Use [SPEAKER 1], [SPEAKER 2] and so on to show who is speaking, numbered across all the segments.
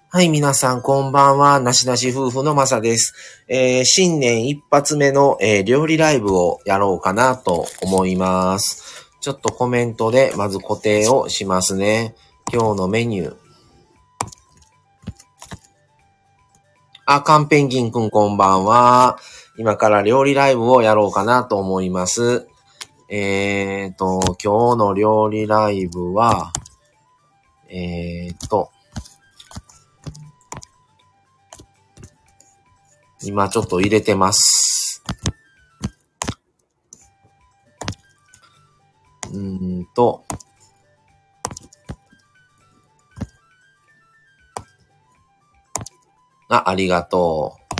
[SPEAKER 1] はい、皆さん、こんばんは。なしなし夫婦のまさです。新年一発目の、料理ライブをやろうかなと思います。ちょっとコメントでまず固定をしますね。今日のメニュー。カンペンギンくんこんばんは。今から料理ライブをやろうかなと思います。今日の料理ライブは、今ちょっと入れてます。ありがとう。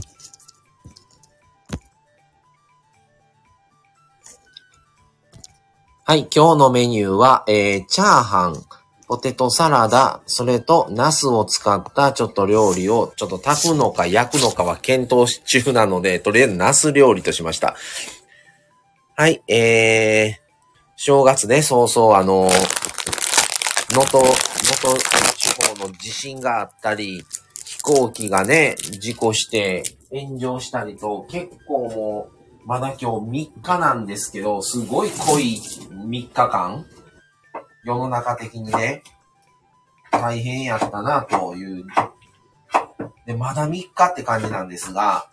[SPEAKER 1] はい、今日のメニューは、チャーハン、ポテトサラダ、それとナスを使ったちょっと料理をちょっと炊くのか焼くのかは検討中なので、とりあえずナス料理としました。はい、正月ね、そうそう、能登地方の地震があったり、飛行機がね、事故して炎上したりと、結構もう、まだ今日3日なんですけど、すごい濃い3日間、世の中的にね、大変やったなという。で、まだ3日って感じなんですが、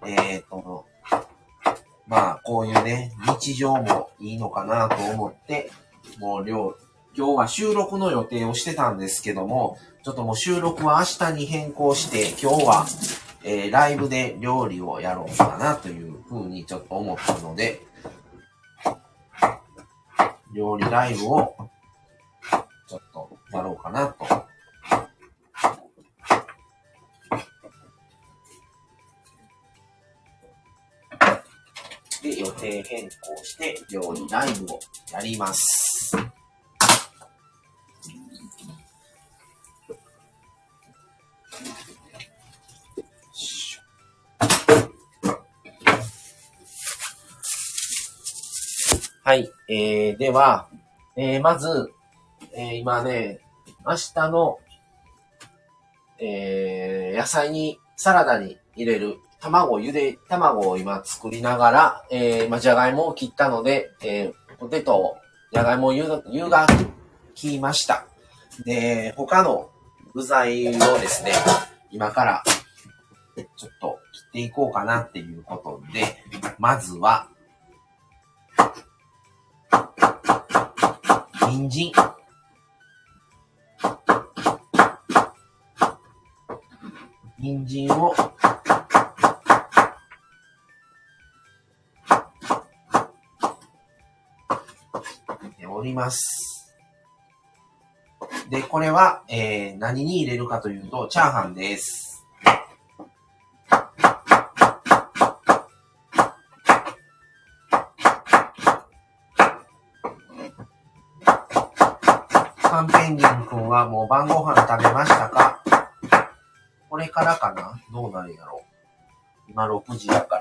[SPEAKER 1] まあ、こういうね、日常もいいのかなと思って、もう今日は収録の予定をしてたんですけども、ちょっともう収録は明日に変更して、今日は、ライブで料理をやろうかなというふうにちょっと思ったので、料理ライブをちょっとやろうかなと。で、予定変更して料理ライブをやります。はい。では、まず、今ね、明日の、野菜に、サラダに入れる卵を今作りながら、じゃがいもを切ったので、ポテトを、じゃがいもを湯がきました。で、他の具材をですね、今からちょっと切っていこうかなっていうことで、まずは、人参。人参をおります。で、これは、何に入れるかというと、チャーハンです。カンペンギン君はもう晩ご飯食べましたか？これからかな？どうなるやろう？今6時やから。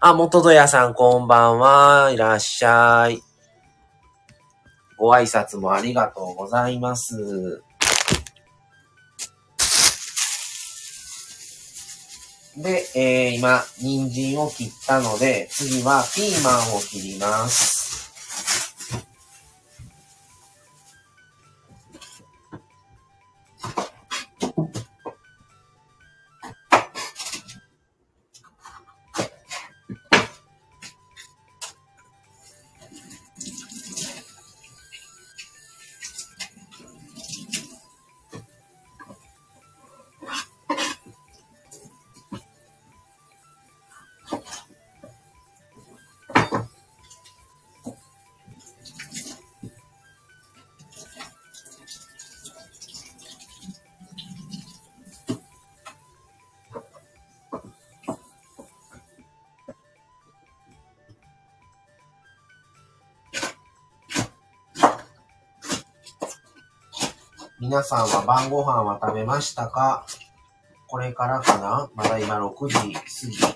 [SPEAKER 1] 元戸屋さんこんばんは。いらっしゃい。ご挨拶もありがとうございます。で、今、人参を切ったので、次はピーマンを切ります。皆さんは晩ご飯は食べましたか？これからかな？まだ今6時過ぎ。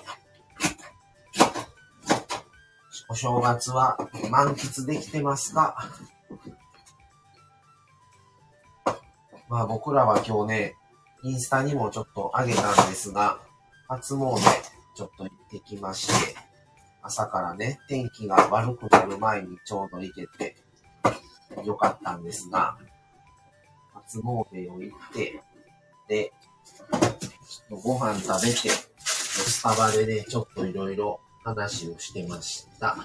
[SPEAKER 1] お正月は満喫できてますか？まあ僕らは今日ね、 インスタにもちょっと上げたんですが、初詣ちょっと行ってきまして、朝からね、天気が悪くなる前にちょうど行けてよかったんですが、初詣を行って、で、ご飯食べて、スタバでね、ちょっといろいろ話をしてました。はい。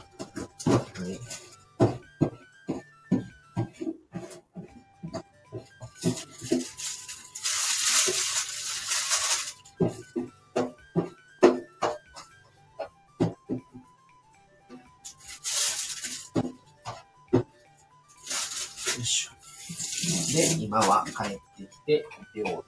[SPEAKER 1] よいしょ。で、今は帰ってきて、料理。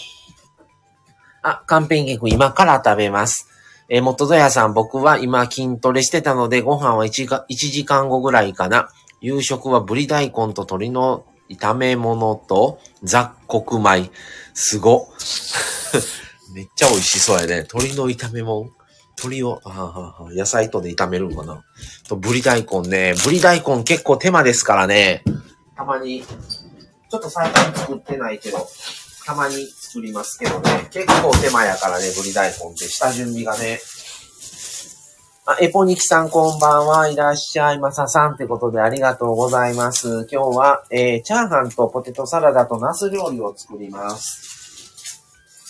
[SPEAKER 1] あ、カンペンケ君今から食べます。元戸屋さん、僕は今筋トレしてたので、ご飯は1時間後ぐらいかな。夕食はぶり大根と鶏の炒め物と雑穀米。すご。めっちゃ美味しそうやね。鶏の炒め物。鶏を、野菜とで炒めるんかな。と、ぶり大根ね。ぶり大根結構手間ですからね。たまに、ちょっと最近作ってないけど、たまに作りますけどね。結構手間やからね、ぶり大根って下準備がね。あ、エポニキさんこんばんは。いらっしゃいまささんってことでありがとうございます。今日は、チャーハンとポテトサラダとナス料理を作ります。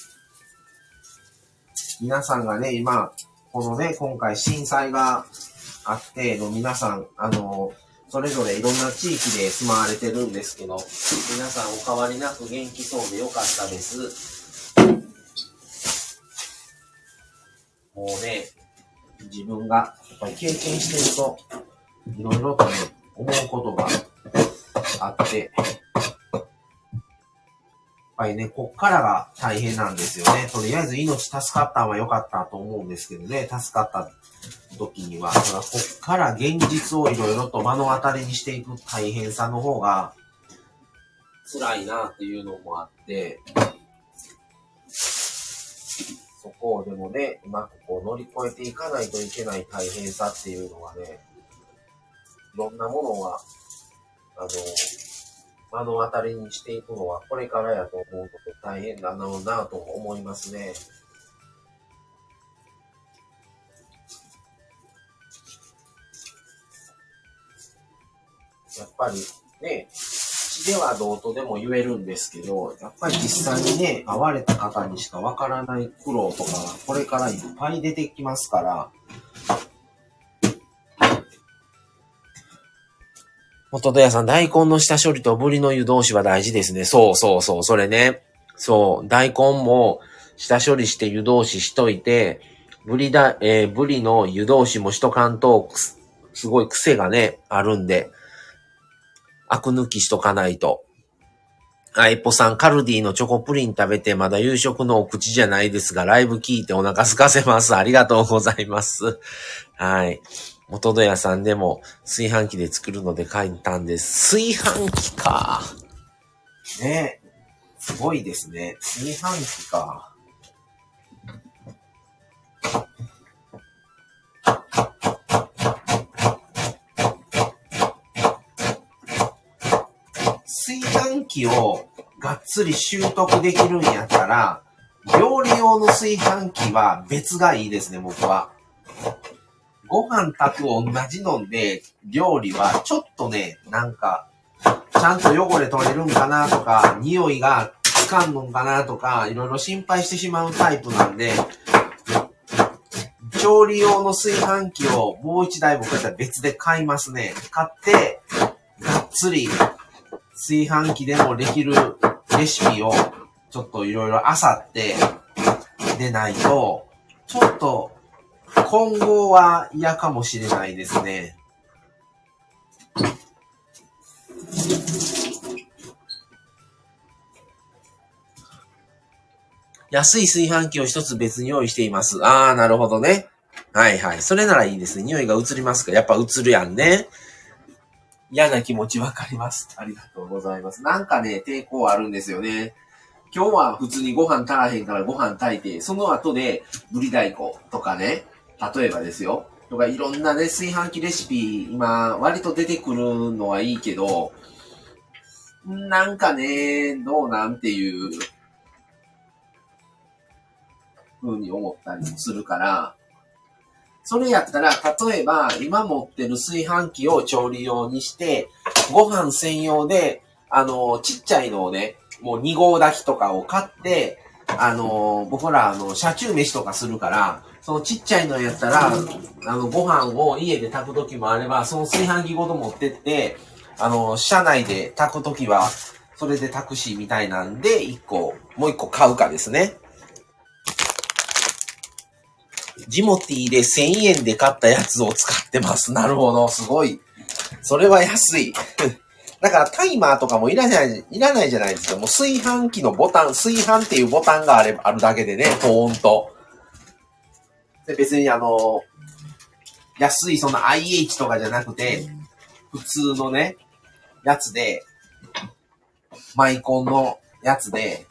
[SPEAKER 1] 皆さんがね、今、このね、今回震災があっての皆さん、それぞれいろんな地域で住まわれてるんですけど、皆さんお変わりなく元気そうでよかったです。もうね、自分がやっぱり経験してると、いろいろとね、思うことがあって、やっぱりね、こっからが大変なんですよね。とりあえず命助かったのは良かったと思うんですけどね、助かった時には、こっから現実をいろいろと目の当たりにしていく大変さの方が辛いなっていうのもあって、そこをでもね、うまくこう乗り越えていかないといけない大変さっていうのがね、いろんなものが、目の当たりにしていくのはこれからやと思うと大変だなと思いますね。やっぱりね、口ではどうとでも言えるんですけど、やっぱり実際にね、会われた方にしかわからない苦労とか、これからいっぱい出てきますから。元戸屋さん、大根の下処理とぶりの湯通しは大事ですね。そう、それね。そう、大根も下処理して湯通ししといて、ぶりの湯通しもしとかんと、すごい癖がね、あるんで、アク抜きしとかないと。エポさん、カルディのチョコプリン食べてまだ夕食のお口じゃないですが、ライブ聞いてお腹空かせます。ありがとうございます。はい。元戸屋さんでも炊飯器で作るので簡単です。炊飯器か。ねえ。すごいですね。炊飯器か。炊飯器をがっつり習得できるんやったら、料理用の炊飯器は別がいいですね、僕は。ご飯炊く同じので、料理はちょっとね、なんか、ちゃんと汚れ取れるんかなとか、匂いがつかんのかなとか、いろいろ心配してしまうタイプなんで、調理用の炊飯器をもう一台僕だったら別で買いますね。買って、がっつり炊飯器でもできるレシピをちょっといろいろ漁ってでないと、ちょっと今後は嫌かもしれないですね。安い炊飯器を一つ別に用意しています。あー、なるほどね。はいはい。それならいいですね。匂いが移りますか？やっぱ移るやんね。嫌な気持ちわかります。ありがとうございます。なんかね、抵抗あるんですよね。今日は普通にご飯足らへんからご飯炊いて、その後でぶり大根とかね、例えばですよ。とかいろんなね、炊飯器レシピ、今割と出てくるのはいいけど、なんかね、どうなんていう。 風に思ったりもするから、それやったら、例えば、今持ってる炊飯器を調理用にして、ご飯専用で、ちっちゃいのをね、もう2合炊きとかを買って、僕ら、車中飯とかするから、そのちっちゃいのやったら、ご飯を家で炊くときもあれば、その炊飯器ごと持ってって、車内で炊くときは、それで炊くし、みたいなんで、もう一個買うかですね。ジモティーで1000円で買ったやつを使ってます。なるほど。すごい。それは安い。だからタイマーとかもいらないじゃないですか。もう炊飯器のボタン、炊飯っていうボタンがあるだけでね、保温と。で別に安いその IH とかじゃなくて、普通のね、やつで、マイコンのやつで、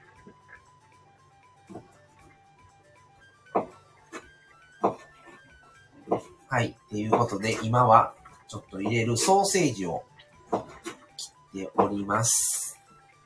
[SPEAKER 1] はい。っていうことで、今は、ちょっと入れるソーセージを切っております。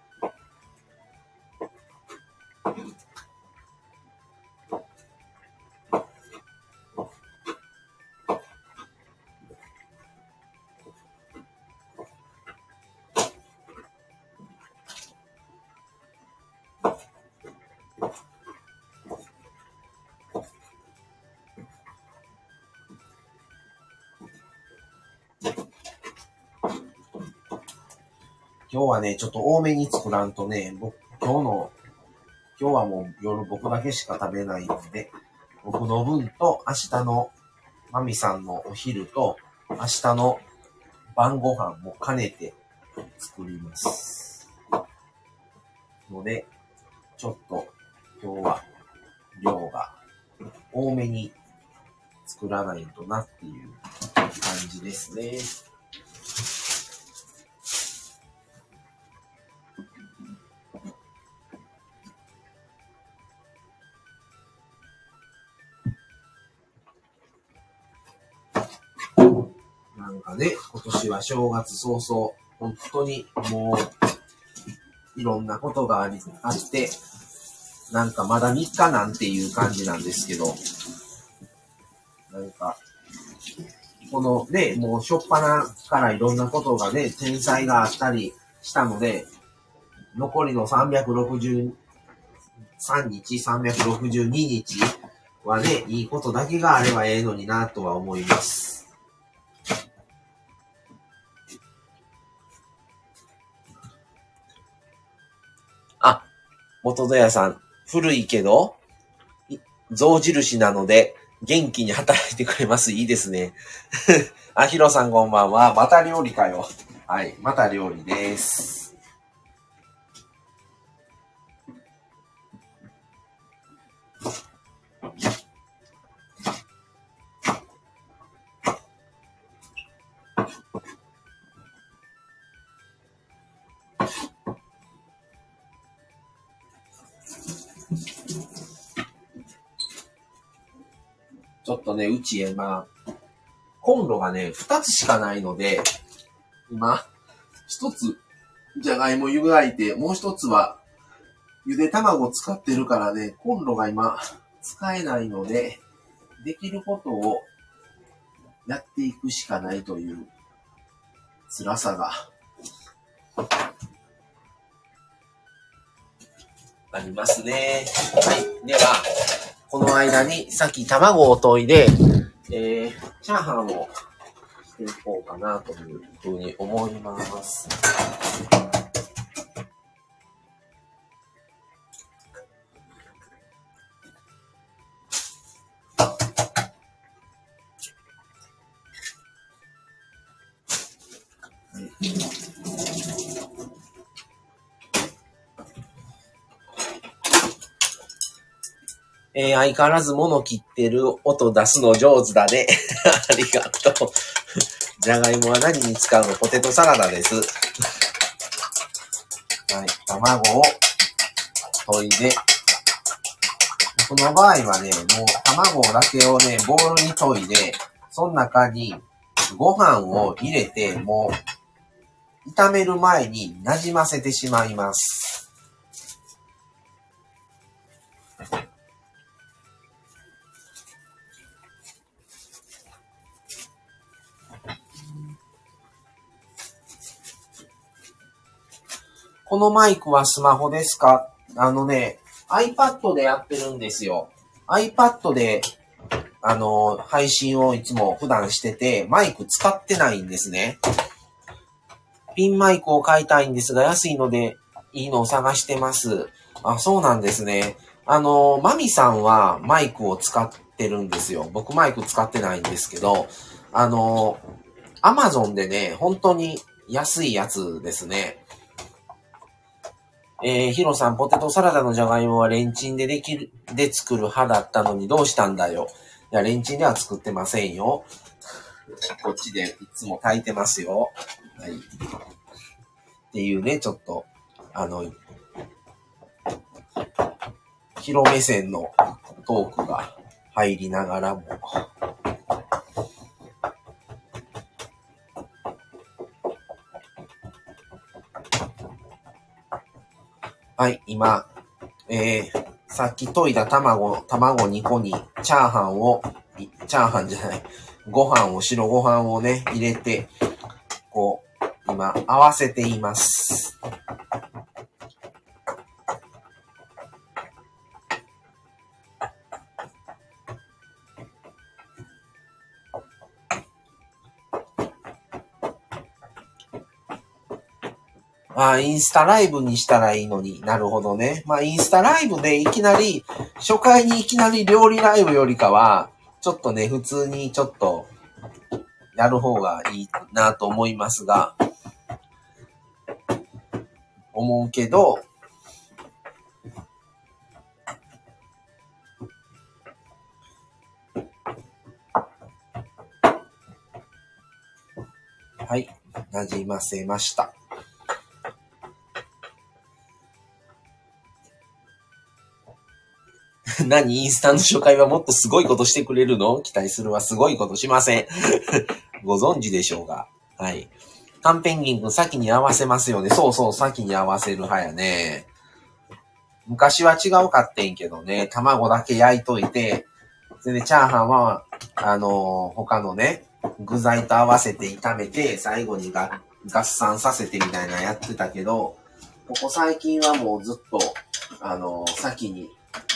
[SPEAKER 1] 今日はね、ちょっと多めに作らんとね、今日はもう夜僕だけしか食べないので、僕の分と明日のマミさんのお昼と明日の晩ご飯も兼ねて作ります。ので、ちょっと今日は量が多めに作らないとなっていう感じですね。なんかね、今年は正月早々、本当にもういろんなことがあって、なんかまだ3日なんていう感じなんですけど、なんか、このね、もう初っ端からいろんなことがね、天災があったりしたので、残りの363日、362日はね、いいことだけがあればええのになとは思います。あ、元戸屋さん、古いけど、象印なので、元気に働いてくれます。いいですね。あ、ヒロさんこんばんは。また料理かよ。はい、また料理です。ちょっとね、うち今、コンロがね、2つしかないので、今、1つ、じゃがいも湯がいて、もう1つは、ゆで卵使ってるからね、コンロが今、使えないので、できることをやっていくしかないという辛さがありますね。はい。では、この間にさっき卵を溶いで、チャーハンをしていこうかなというふうに思います。相変わらず物切ってる音出すの上手だね。ありがとう。じゃがいもは何に使うの？ポテトサラダです。はい。卵を溶いで、この場合はね、もう卵だけをね、ボウルに溶いで、その中にご飯を入れて、もう炒める前に馴染ませてしまいます。 このマイクはスマホですか？iPad でやってるんですよ。iPad で、配信をいつも普段してて、マイク使ってないんですね。ピンマイクを買いたいんですが、安いのでいいのを探してます。あ、そうなんですね。マミさんはマイクを使ってるんですよ。僕マイク使ってないんですけど、アマゾンでね、本当に安いやつですね。ヒロさん、ポテトサラダのじゃがいもはレンチンで作る派だったのにどうしたんだよ。いや、レンチンでは作ってませんよ。こっちでいつも炊いてますよ。はい。っていうね、ちょっと、ヒロ目線のトークが入りながらも。はい、今、さっき溶いた卵2個にチャーハンじゃない、白ご飯をね、入れて、こう、今、合わせています。インスタライブにしたらいいのになるほどね。インスタライブで初回にいきなり料理ライブよりかは、ちょっとね、普通にちょっと、やる方がいいなと思いますが、思うけど、はい、馴染ませました。何？インスタの初回はもっとすごいことしてくれるの？期待するはすごいことしません。ご存知でしょうが。はい。カンペンギン君先に合わせますよね。そうそう、先に合わせる派やね。昔は違うかってんけどね、卵だけ焼いといて、それでチャーハンは、他のね、具材と合わせて炒めて、最後に合算させてみたいなのやってたけど、ここ最近はもうずっと、先に、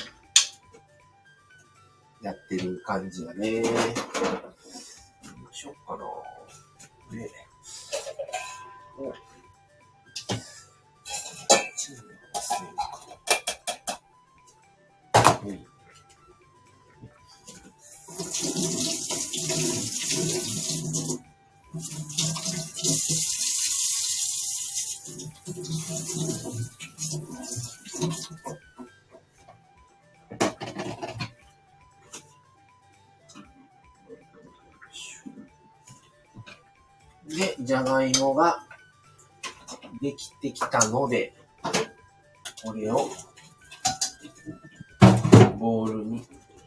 [SPEAKER 1] やってる感じだね。どうしよっかな。ね。お。で、じゃがいもができてきたので、これをボウルに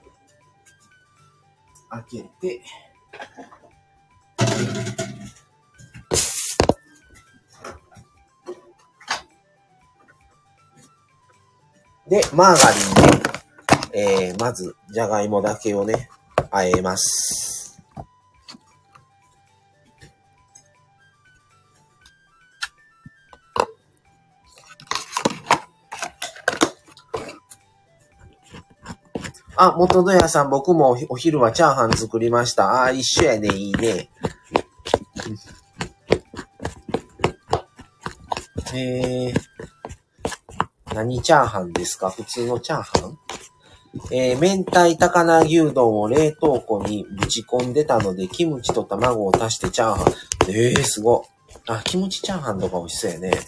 [SPEAKER 1] 開けて、で、マーガリンで、まず、じゃがいもだけをね、和えます。あ、元戸屋さん、僕もお昼はチャーハン作りました。あ、一緒やね、いいね。何チャーハンですか？普通のチャーハン？明太高菜牛丼を冷凍庫にぶち込んでたので、キムチと卵を足してチャーハン。すごい。あ、キムチチャーハンとか美味しそうやね。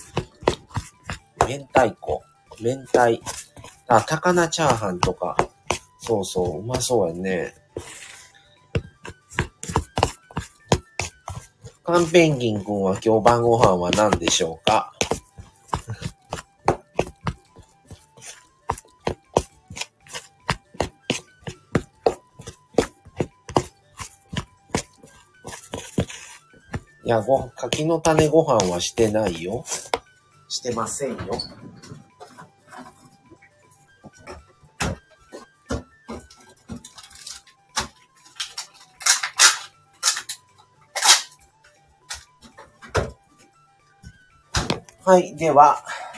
[SPEAKER 1] 明太、高菜チャーハンとか。そうそう、うまそうやね。カンペンギン君は今日晩ご飯は何でしょうか？いや、柿の種ご飯はしてないよ。してませんよ。はい。では、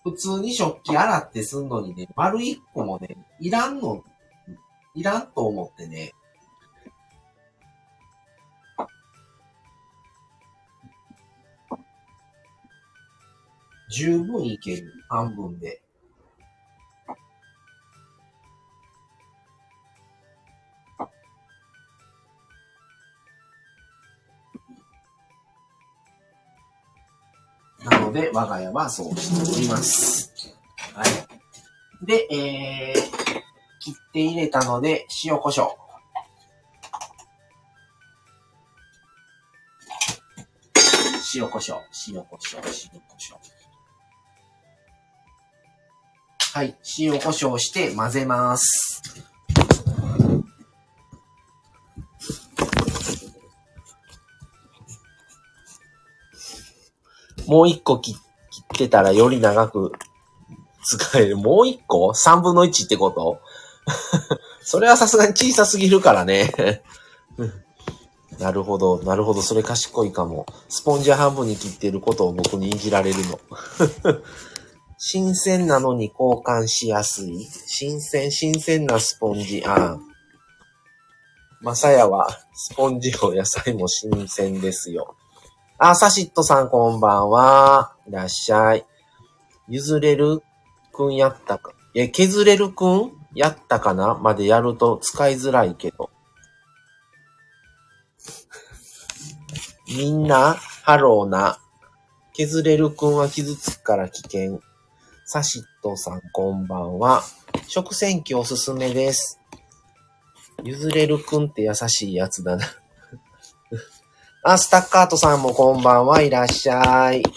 [SPEAKER 1] 普通に食器洗ってすんのにね、丸一個もね、いらんと思ってね。十分いける。半分で。なので、我が家はそうしております。はい。で、切って入れたので、塩コショウ。塩コショウ。はい。塩コショウして混ぜます。もう一個切ってたらより長く使える。もう一個 ?3 分の1ってことそれはさすがに小さすぎるからね。なるほど。それ賢いかも。スポンジ半分に切ってることを僕にいじられるの。新鮮なのに交換しやすい。新鮮なスポンジ。まさやは、スポンジも野菜も新鮮ですよ。サシットさんこんばんは。いらっしゃい。譲れるくんやったか。削れるくんやったかなまでやると使いづらいけど。みんな、ハローな。削れるくんは傷つくから危険。サシットさんこんばんは。食洗機おすすめです。譲れるくんって優しいやつだな。スタッカートさんもこんばんはいらっしゃい。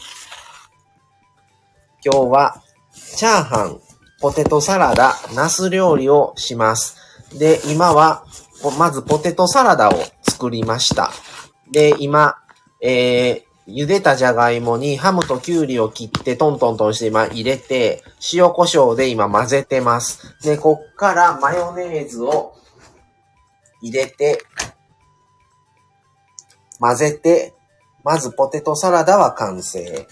[SPEAKER 1] 今日は、チャーハン、ポテトサラダ、ナス料理をします。で、今は、まずポテトサラダを作りました。で、今、茹でたじゃがいもにハムとキュウリを切ってトントントンして今入れて、塩コショウで今混ぜてます。で、こっからマヨネーズを入れて、混ぜて、まずポテトサラダは完成。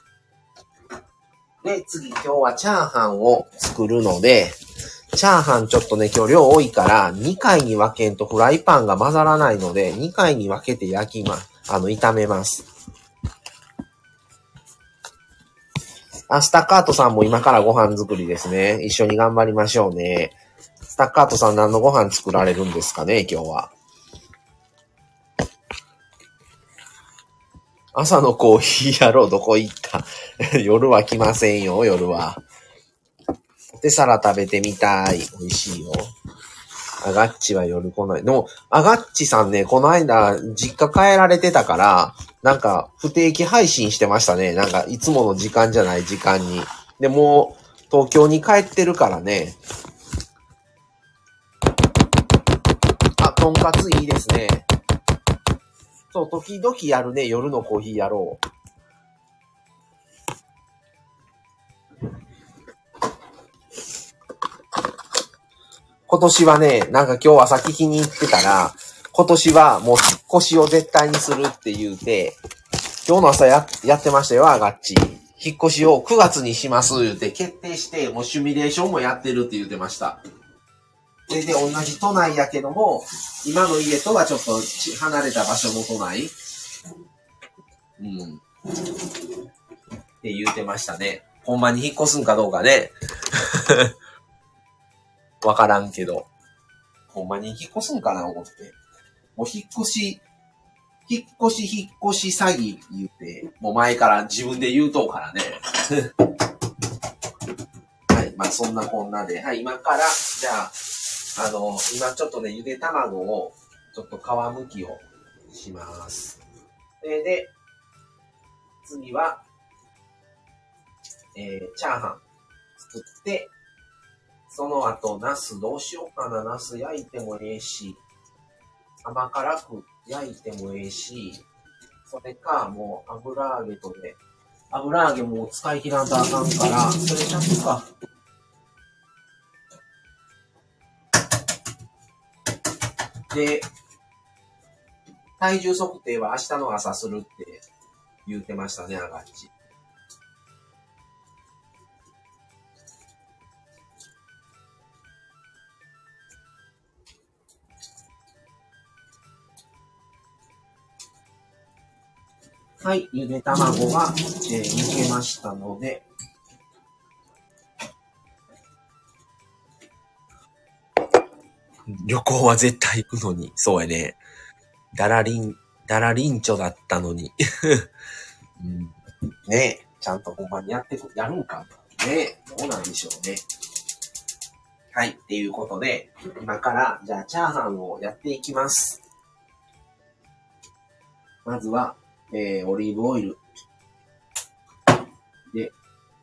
[SPEAKER 1] で、次今日はチャーハンを作るので、チャーハンちょっとね、今日量多いから2回に分けんとフライパンが混ざらないので、2回に分けて炒めます。スタッカートさんも今からご飯作りですね。一緒に頑張りましょうね。スタッカートさん何のご飯作られるんですかね、今日は。朝のコーヒー野郎どこ行った夜は来ませんよ、夜は。ポテサラ食べてみたい。美味しいよ。アガッチは夜来ない。でも、アガッチさんね、この間、実家帰られてたから、なんか、不定期配信してましたね。なんか、いつもの時間じゃない時間に。で、もう、東京に帰ってるからね。とんかついいですね。そう、時々やるね、夜のコーヒーやろう。今年はね、なんか今日朝聞きに行ってたら、今年はもう引っ越しを絶対にするって言うて、今日の朝やってましたよ、アガッチ。引っ越しを9月にします言うて決定して、もうシミュレーションもやってるって言ってました。で、同じ都内やけども、今の家とはちょっと離れた場所の都内。って言ってましたね。ほんまに引っ越すんかどうかね。わからんけど。ほんまに引っ越すんかな思って。もう引っ越し詐欺言うて、もう前から自分で言うとうからね。はい。まあそんなこんなで。はい。今から、じゃあ、今ちょっとね、ゆで卵を、ちょっと皮むきをします。で、次は、チャーハン作って、その後、ナスどうしようかな。ナス焼いてもええし、甘辛く焼いてもええし、それか、もう油揚げとで、油揚げもう使い切らんとあかんから、それちゃんとか。で、体重測定は明日の朝するって言ってましたね、アガッチ。 はい、ゆで卵が、煮けましたので、旅行は絶対行くのに、そうやね。ダラリンチョだったのに。うん、ねえ、ちゃんとほんまにやるんかねえ、どうなんでしょうね。はい、っていうことで、今から、じゃあ、チャーハンをやっていきます。まずは、オリーブオイル。で、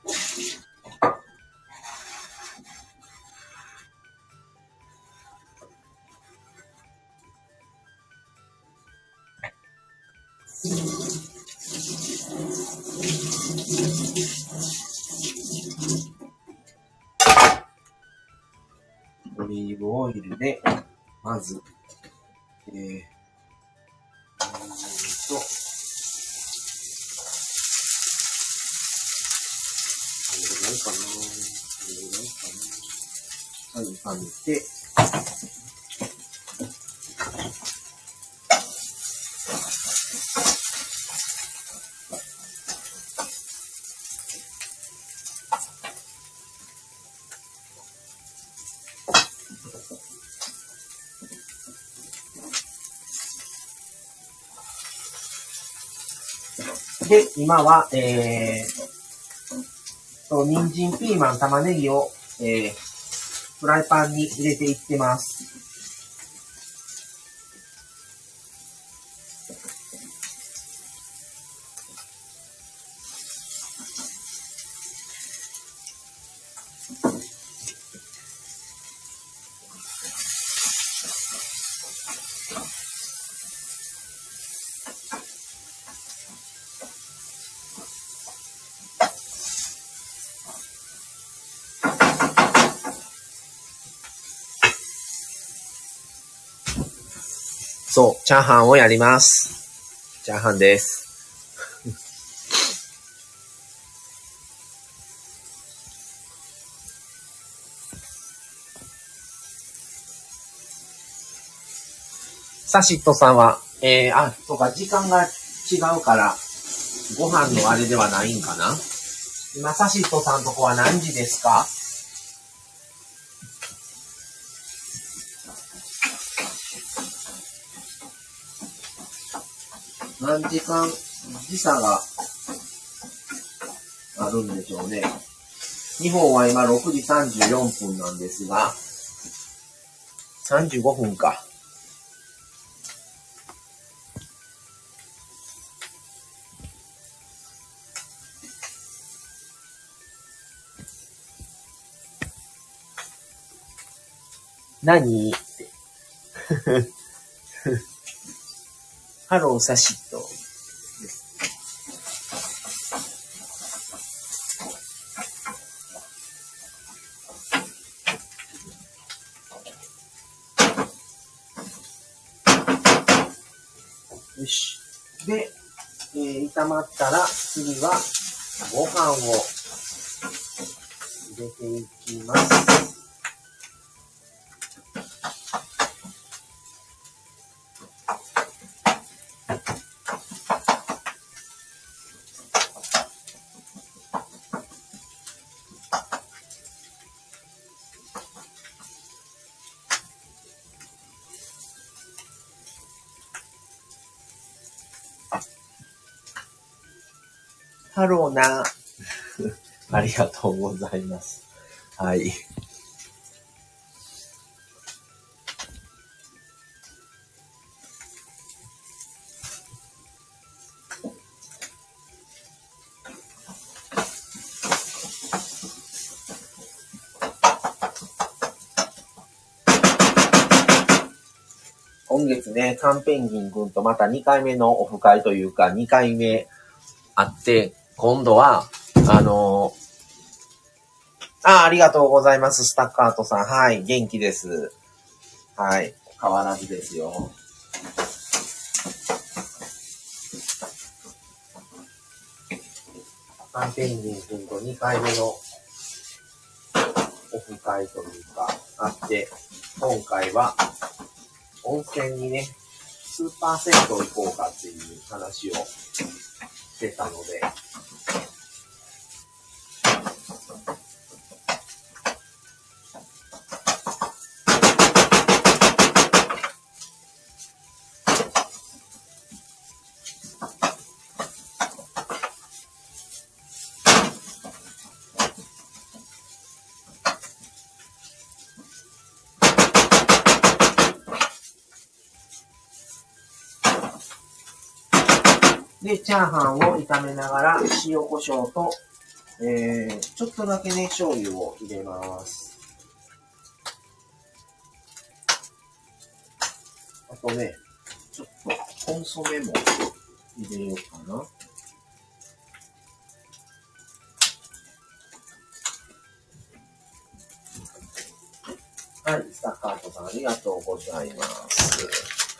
[SPEAKER 1] オリーブオイルで、まず、どれぐらいかな、はい、炒めて、で、今は、人参、ピーマン、玉ねぎを、フライパンに入れていってます。そう、チャーハンをやります。チャーハンです。サシットさんは、そうか、時間が違うから、ご飯のあれではないんかな。今、サシットさんとこは何時ですか？何時間時差があるんでしょうね。日本は今6時34分なんですが、35分か。何ハローサシット。よし。で、炒まったら次はご飯を入れていきます。ハローな。ありがとうございます。はい。今月ね、カンペンギン君とまた2回目のオフ会というか、2回目あって、今度は、ありがとうございます、スタッカートさん。はい、元気です。はい、変わらずですよ。カンペンギン君と2回目のオフ会というか、あって、今回は、温泉にね、スーパー銭湯行こうかっていう話をってたので。で、チャーハンを炒めながら塩コショウと、ちょっとだけね、醤油を入れます。あとね、ちょっとコンソメも入れようかな。はい、スタッカートさんありがとうございます。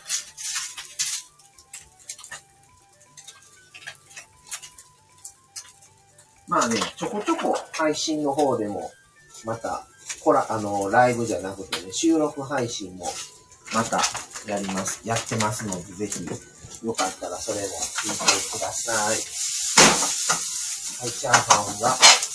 [SPEAKER 1] まあね、ちょこちょこ配信の方でも、また、ライブじゃなくてね、収録配信もまたやってますので、ぜひ、よかったらそれも聞いてください。はい、チャーハンが、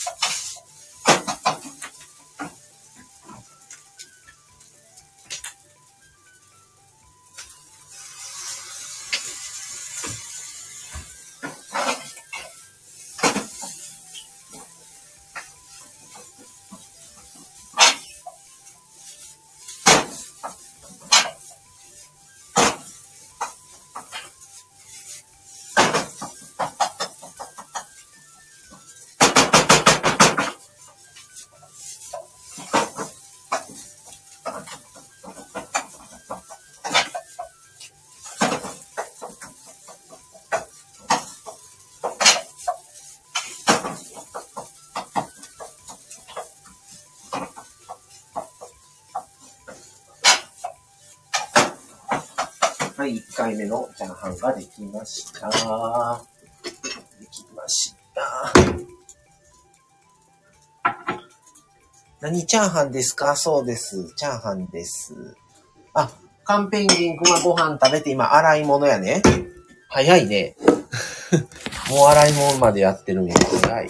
[SPEAKER 1] はい、1回目のチャーハンができました。できました。何チャーハンですか？そうです。チャーハンです。あ、カンペンギン君はご飯食べて今洗い物やね。早いね。もう洗い物までやってるんや。早い。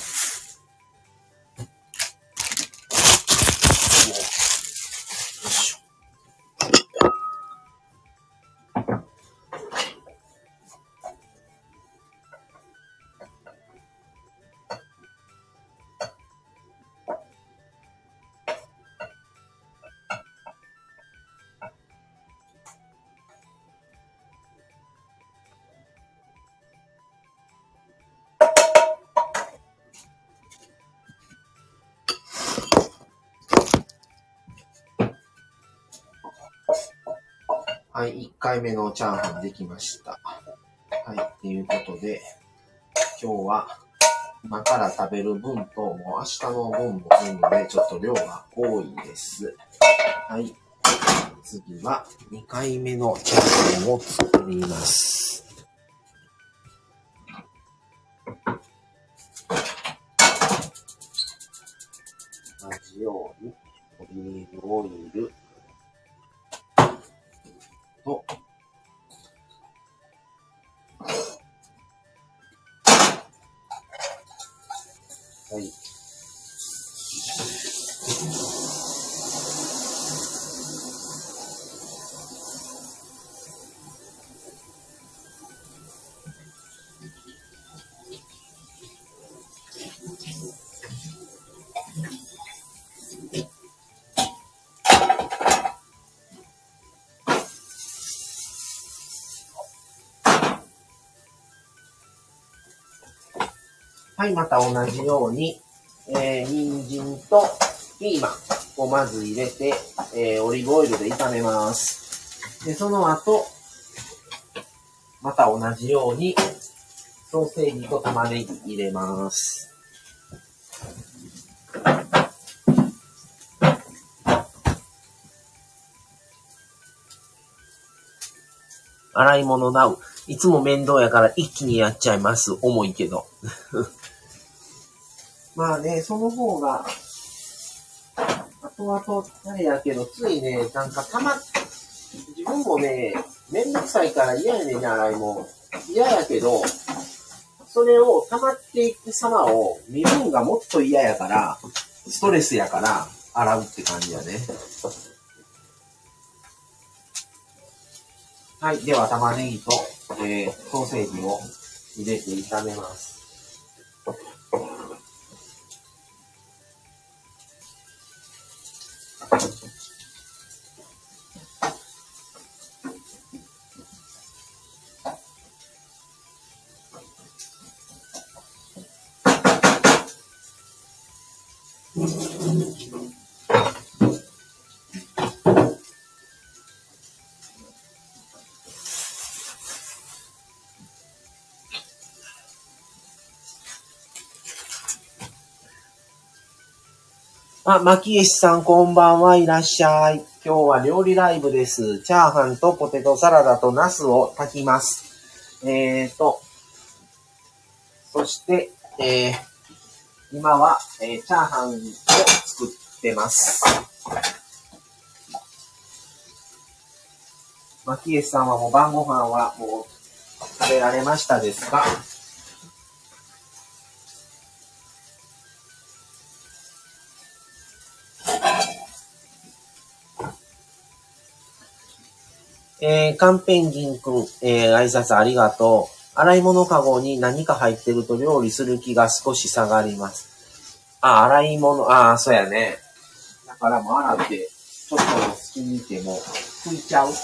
[SPEAKER 1] はい、1回目のチャーハンできました。はい、ということで、今日は今から食べる分と、もう明日の分も全部でちょっと量が多いです。はい、次は2回目のチャーハンを作ります。同じようにオリーブオイルと、はい。はい、また同じように、人参とピーマンをまず入れて、オリーブオイルで炒めます。で、その後、また同じように、ソーセージと玉ねぎ入れます。洗い物なう。いつも面倒やから一気にやっちゃいます。重いけど。まあね、その方が、後々、あれやけど、ついね、なんか自分もね、めんどくさいから嫌やねんね、洗い物。嫌やけど、 それを溜まっていく様を見るんがもっと嫌やから、ストレスやから洗うって感じやね。はい。では、玉ねぎと、ソーセージを入れて炒めます。あ、牧石さんこんばんはいらっしゃい。今日は料理ライブです。チャーハンとポテトサラダとナスを炊きます。そして、今は、チャーハンを作ってます。牧石さんはもう晩ご飯はもう食べられましたですか？カンペンギンくん、挨拶ありがとう。洗い物かごに何か入ってると料理する気が少し下がります。あ、洗い物、そうやね。だからもう洗って、ちょっとの隙にいても拭いちゃう。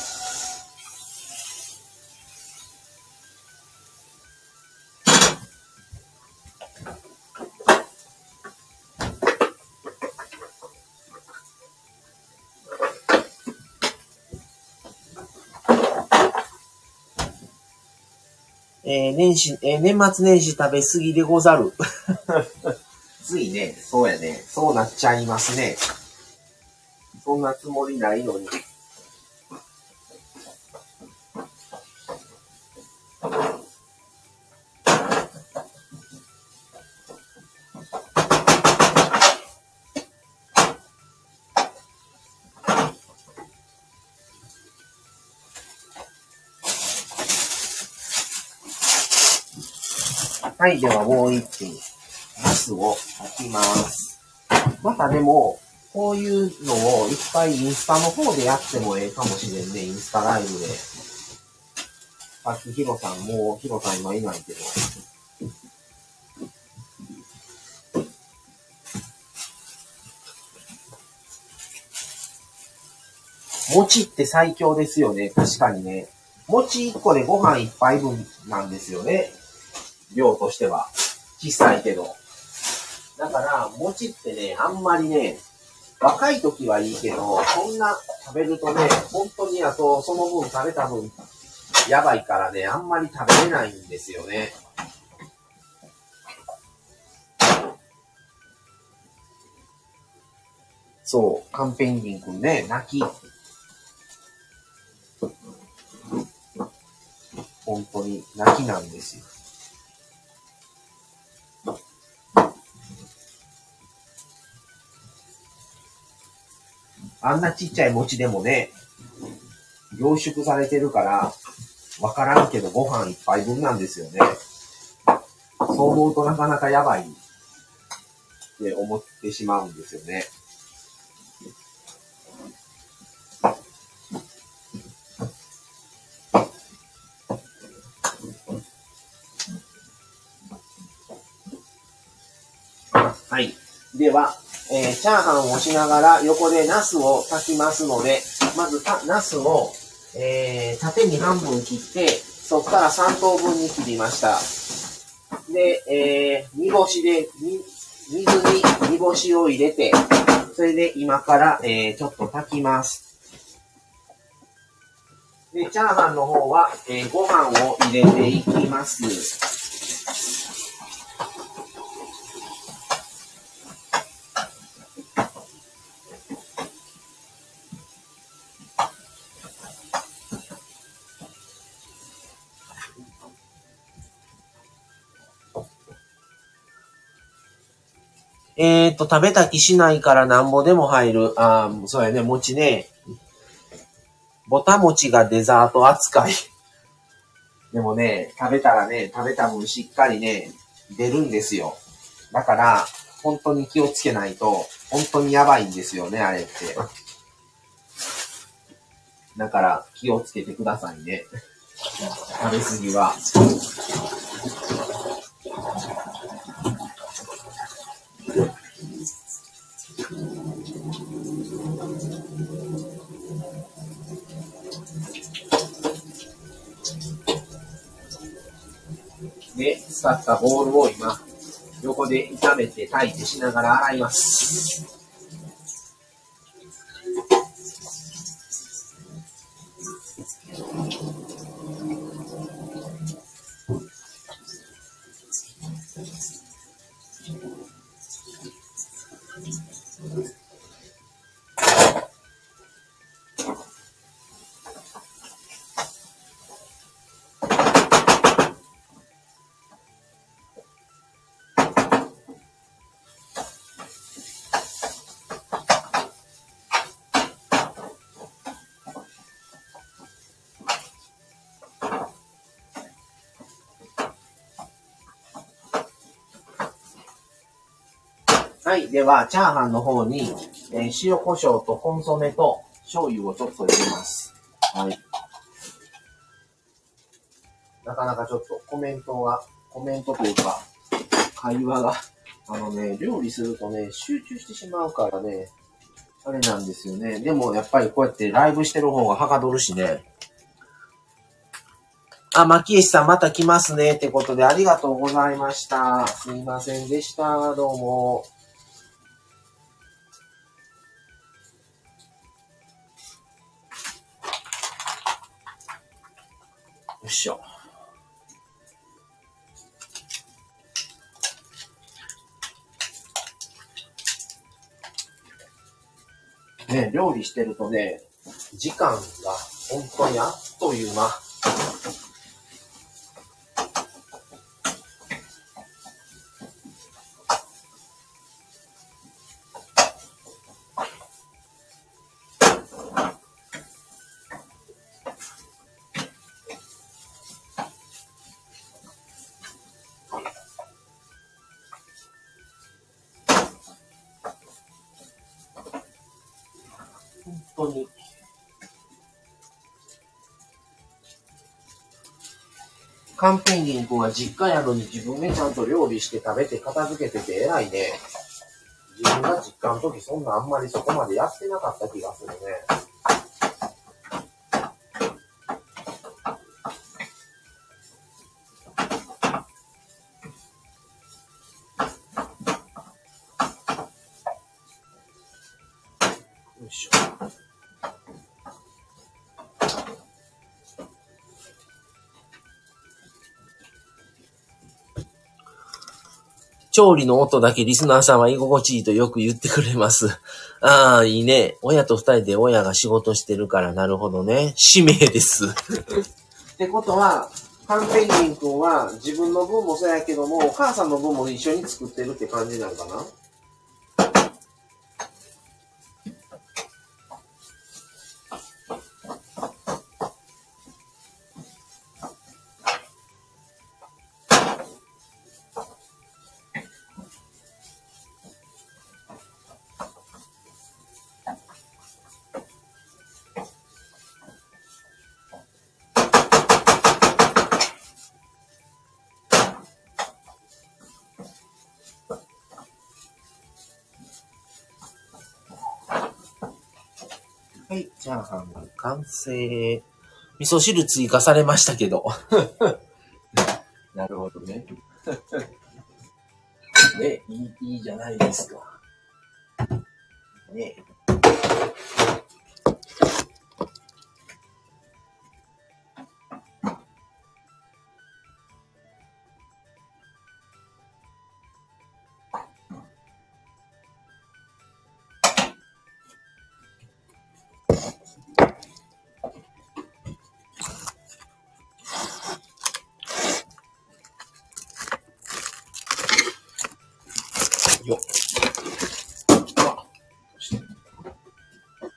[SPEAKER 1] 年末年始食べ過ぎでござる。ついね、そうやね。そうなっちゃいますね。そんなつもりないのに。はい、ではもう一品。ナスを炊きます。またでも、こういうのをいっぱいインスタの方でやってもええかもしれんね。インスタライブで。さっきヒロさん今いないけど。餅って最強ですよね。確かにね。餅1個でご飯1杯分なんですよね。量としては。小さいけど。だから、餅ってね、あんまりね、若い時はいいけど、そんな食べるとね、本当にその分食べた分、やばいからね、あんまり食べれないんですよね。そう、カンペンギンくんね、泣き。本当に泣きなんですよ。あんなちっちゃい餅でもね、凝縮されてるから、わからんけどご飯一杯分なんですよね。そう思うとなかなかやばいって思ってしまうんですよね。はい。では、チャーハンをしながら横でナスを炊きますので、まずナスを、縦に半分切って、そこから3等分に切りました。で、煮干しで、水に煮干しを入れて、それで今から、ちょっと炊きます。で、チャーハンの方は、ご飯を入れていきます。食べた気しないからなんぼでも入る。そうやね、餅ね。ぼた餅がデザート扱い。 でもね、食べたらね、食べた分しっかりね、出るんですよ。だから、本当に気をつけないと、本当にやばいんですよね、あれって。だから、気をつけてくださいね。食べ過ぎは。で、使ったボウルを今、横で炒めて炊いてしながら洗います。はい。では、チャーハンの方に、塩コショウとコンソメと醤油をちょっと入れます。はい。なかなかちょっとコメントというか、会話が、料理するとね、集中してしまうからね、あれなんですよね。でも、やっぱりこうやってライブしてる方がはかどるしね。あ、マキエシさんまた来ますね。ってことでありがとうございました。すいませんでした。どうも。よいしょ。ね、料理してるとね、時間が本当にあっという間。本当に。カンペンギン君は実家やのに自分でちゃんと料理して食べて片付けてて偉いね。自分が実家の時そんなあんまりそこまでやってなかった気がするね。よいしょ。調理の音だけリスナーさんは居心地いいとよく言ってくれます。ああ、いいね。親と二人で親が仕事してるからなるほどね。使命です。ってことは、カンペンギン君は自分の分もそうやけども、お母さんの分も一緒に作ってるって感じなのかな？はい、チャーハンが完成。味噌汁追加されましたけど。なるほどね。ね、いいじゃないですか。ね。よっ。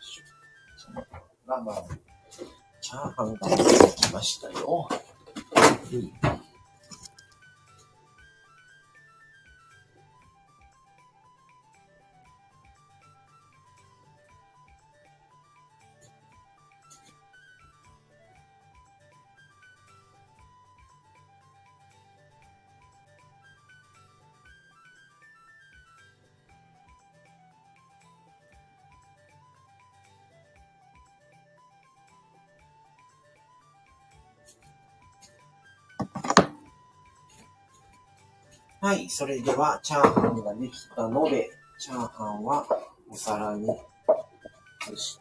[SPEAKER 1] チャーハンができましたよ。 はい、それではチャーハンができたので、チャーハンはお皿に移して、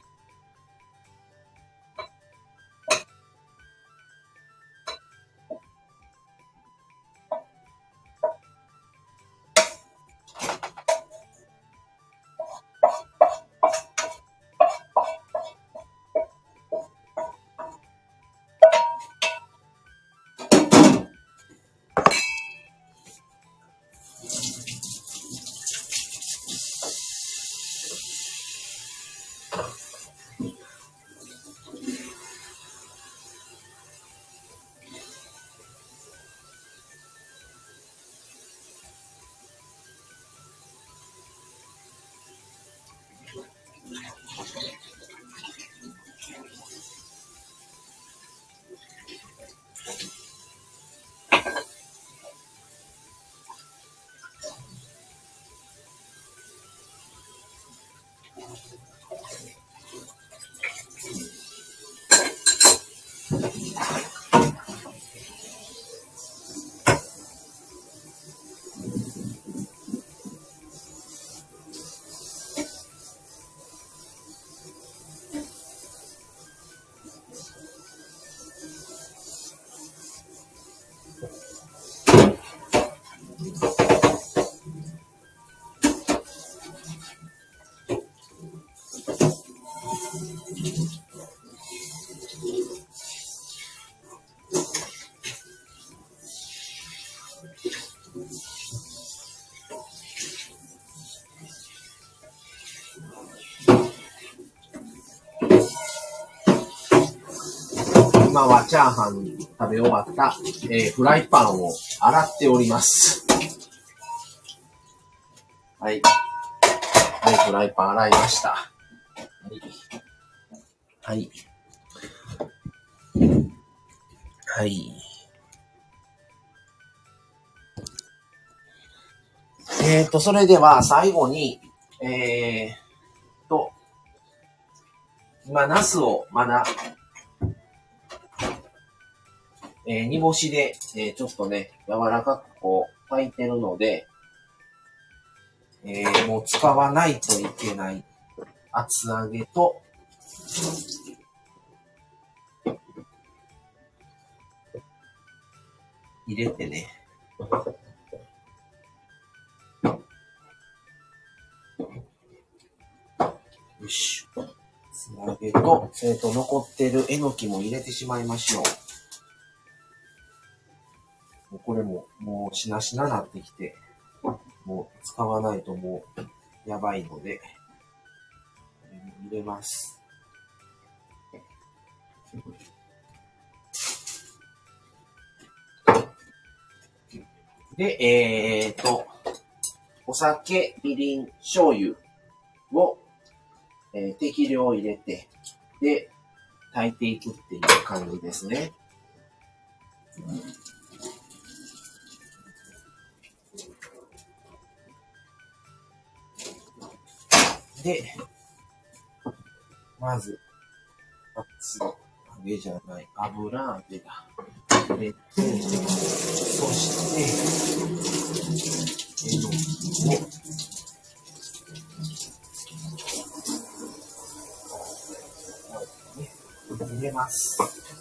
[SPEAKER 1] 今はチャーハン食べ終わった、フライパンを洗っております。はい。はい、フライパン洗いました。はい。はい。はい。それでは最後に、今、ナスをまだ、煮干しで、ちょっとね、柔らかくこう、炊いてるので、もう使わないといけない厚揚げと、入れてね。よし。厚揚げと、それと残ってるえのきも入れてしまいましょう。これも、もうしなしななってきて、もう使わないともうやばいので、入れます。で、お酒、みりん、醤油を、適量入れて、で、炊いていくっていう感じですね。で、まず、揚げじゃない、油揚げだ。入れて、そして、えのきを、入れます。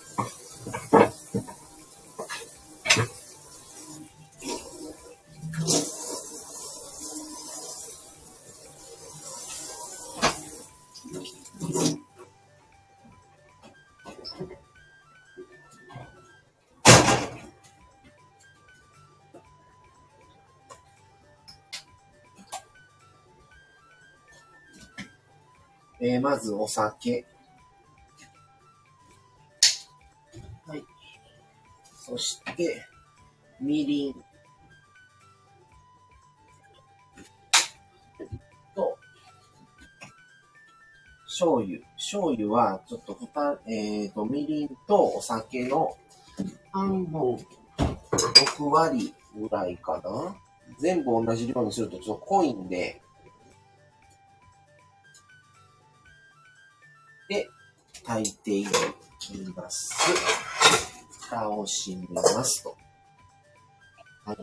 [SPEAKER 1] まずお酒。はい。 そして、みりんと、醤油。醤油は、ちょっとみりんとお酒の半分、6割ぐらいかな。全部同じ量にするとちょっと濃いんで、で、炊いていきます。蓋を閉めますと。はい。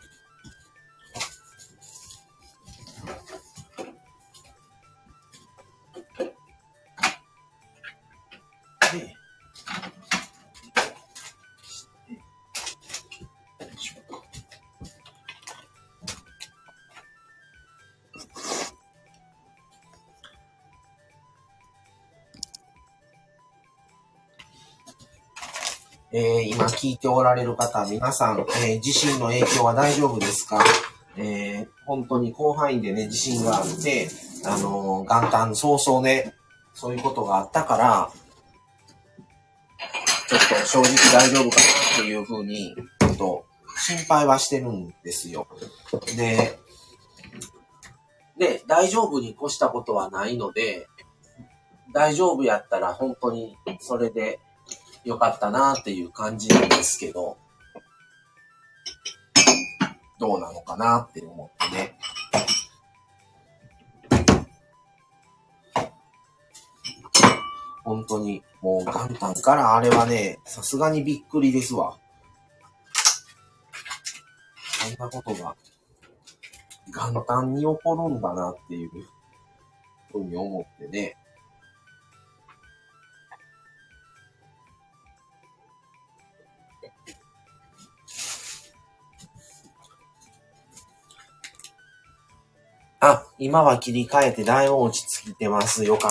[SPEAKER 1] で、今聞いておられる方、皆さん、地震の影響は大丈夫ですか？本当に広範囲でね、地震があって、元旦早々ね、そういうことがあったから、ちょっと正直大丈夫かなっていうふうに、ちょっと心配はしてるんですよ。で、大丈夫に越したことはないので、大丈夫やったら本当にそれでよかったなっていう感じなんですけど、どうなのかなって思ってね。本当にもう元旦からあれはね、さすがにびっくりですわ。そんなことが元旦に起こるんだなっていうふうに思ってね。あ、今は切り替えてだいぶ落ち着いてます。よかった。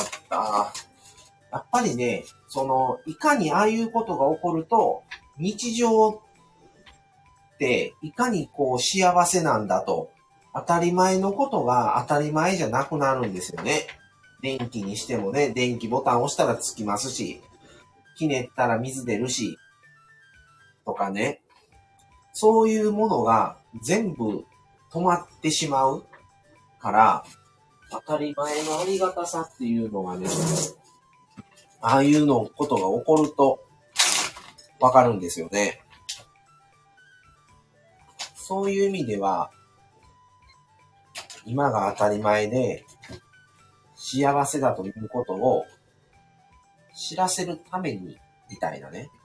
[SPEAKER 1] やっぱりね、いかにああいうことが起こると、日常っていかにこう幸せなんだと、当たり前のことが当たり前じゃなくなるんですよね。電気にしてもね、電気ボタン押したらつきますし、ひねったら水出るし、とかね。そういうものが全部止まってしまうから、当たり前のありがたさっていうのがね、ああいうことが起こるとわかるんですよね。そういう意味では、今が当たり前で幸せだということを知らせるために、みたいなね。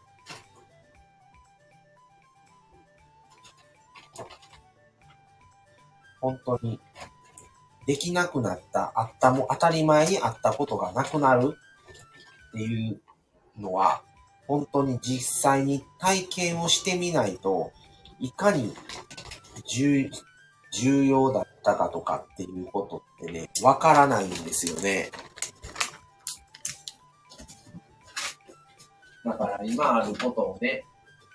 [SPEAKER 1] 本当に、できなくなった、当たり前にあったことがなくなるっていうのは、本当に実際に体験をしてみないと、いかに重要だったかとかっていうことってね、わからないんですよね。だから今あることをね、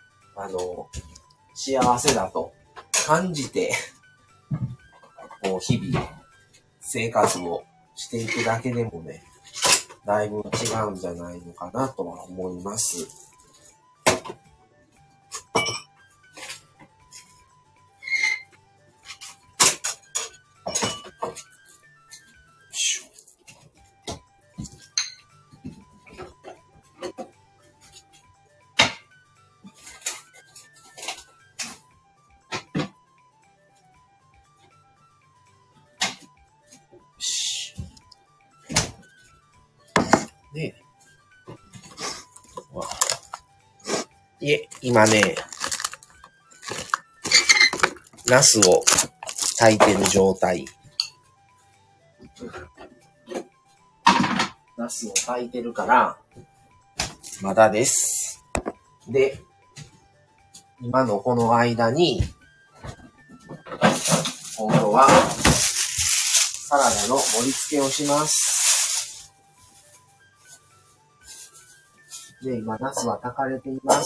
[SPEAKER 1] 幸せだと感じて、こう日々生活をしていくだけでもね、だいぶ違うんじゃないのかなとは思います。で、今ね、ナスを炊いてる状態。ナスを炊いてるから、まだです。で、今のこの間に、今度は、サラダの盛り付けをします。で、今、ナスは炊かれています。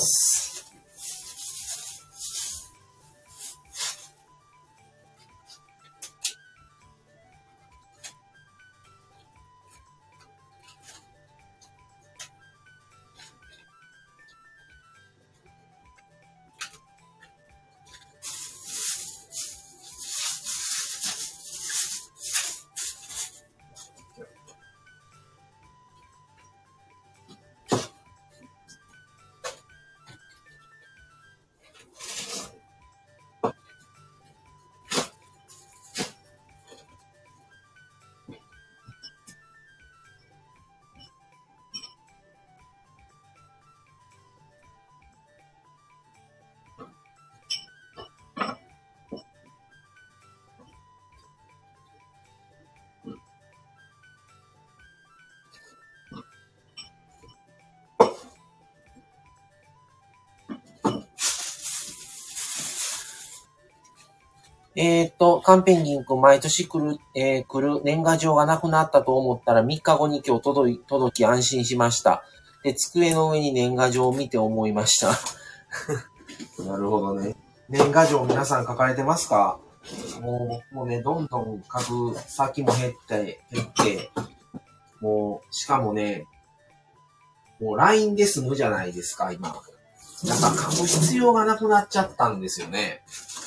[SPEAKER 1] カンペンギンくん毎年来る年賀状がなくなったと思ったら3日後に今日届き安心しました。で、机の上に年賀状を見て思いました。なるほどね。年賀状皆さん書かれてますか？もうね、どんどん書く先も減って、もう、しかもね、もう LINE で済むじゃないですか、今。なんか書く必要がなくなっちゃったんですよね。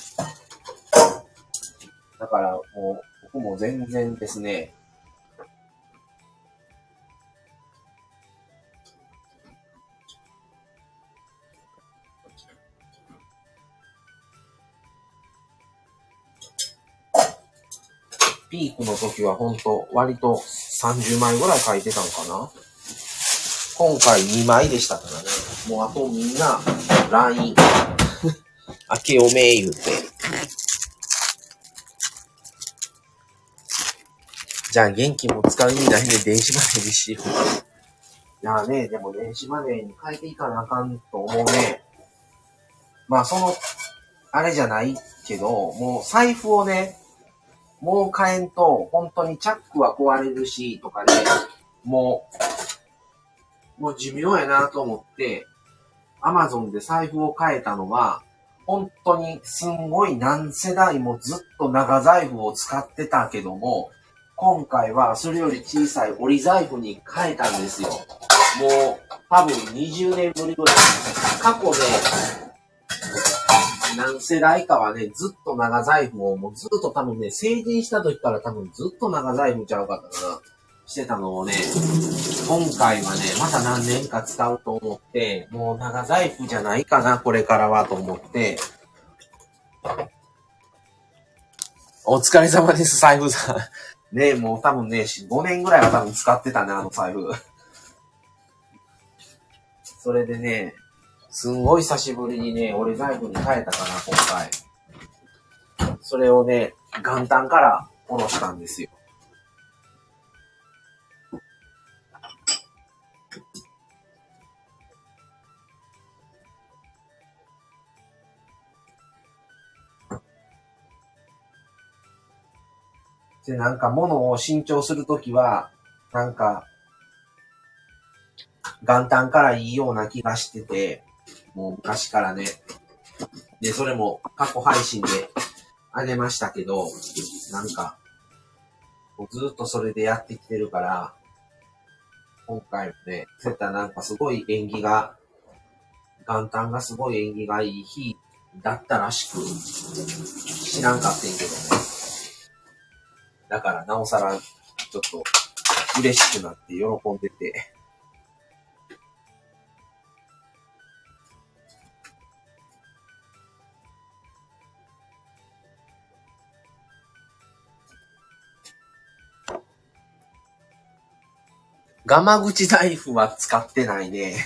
[SPEAKER 1] だからもう、僕も全然ですね、ピークの時は本当割と30枚ぐらい書いてたんかな。今回2枚でしたからね。もうあとみんな LINE 明けおめ言うて。じゃあ元気も使う意味ないんで電子マネーにしよう。いやね、でも電子マネーに変えていかなあかんと思うね。まああれじゃないけど、もう財布をね、もう変えんと、本当にチャックは壊れるし、とかで、もう寿命やなと思って、アマゾンで財布を変えたのは、本当にすんごい何世代もずっと長財布を使ってたけども、今回はそれより小さい折り財布に変えたんですよ。もう多分20年ぶりぐらい。過去ね、何世代かはね、ずっと長財布をもうずっと多分ね、成人した時から多分ずっと長財布ちゃうかったかな。してたのをね、今回はね、また何年か使うと思って、もう長財布じゃないかな、これからはと思って。お疲れ様です、財布さん。ねもう多分ね、5年ぐらいは多分使ってたね、あの財布。それでね、すんごい久しぶりにね、俺財布に変えたかな、今回。それをね、元旦から下ろしたんですよ。で、なんか物を新調するときは、なんか、元旦からいいような気がしてて、もう昔からね。で、それも過去配信であげましたけど、なんか、もうずっとそれでやってきてるから、今回もね、そういったなんかすごい元旦がすごい縁起がいい日だったらしく、知らんかってんけどね。だからなおさら、ちょっと嬉しくなって喜んでて。ガマ口財布は使ってないね。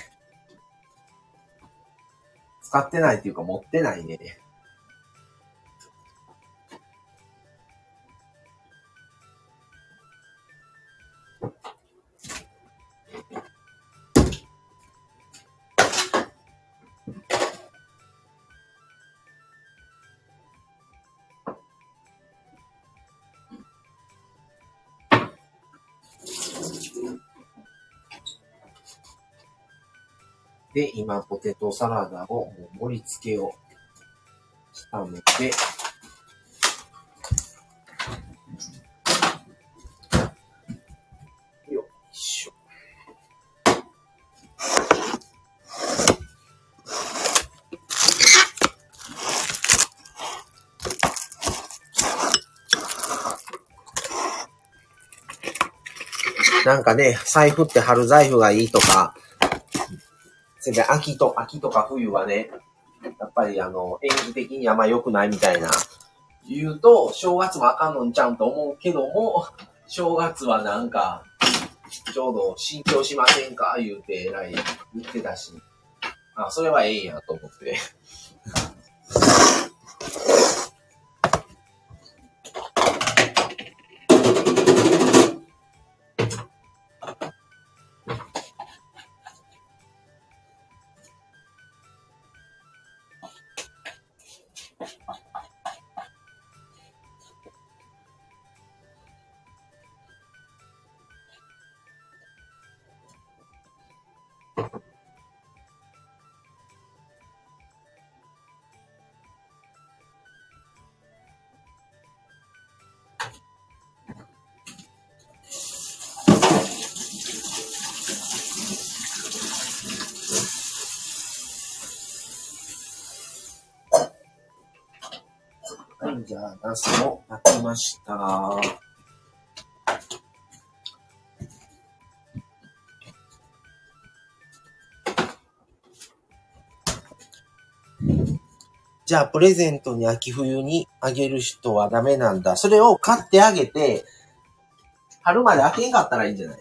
[SPEAKER 1] 使ってないっていうか持ってないね。で、今、ポテトサラダを盛り付けをしたので、よいしょ。なんかね、財布って春財布がいいとか、それで秋とか冬はね、やっぱり縁起的にあんま良くないみたいな言うと、正月もあかんのんちゃうんと思うけども、正月はなんか、ちょうど新調しませんか言うて、えらい言ってたし、あ、それはええんやと思って。 じゃあ、ナスも炊きました。じゃあ、プレゼントに秋冬にあげる人はダメなんだ。それを買ってあげて、春まで開けんかったらいいんじゃない？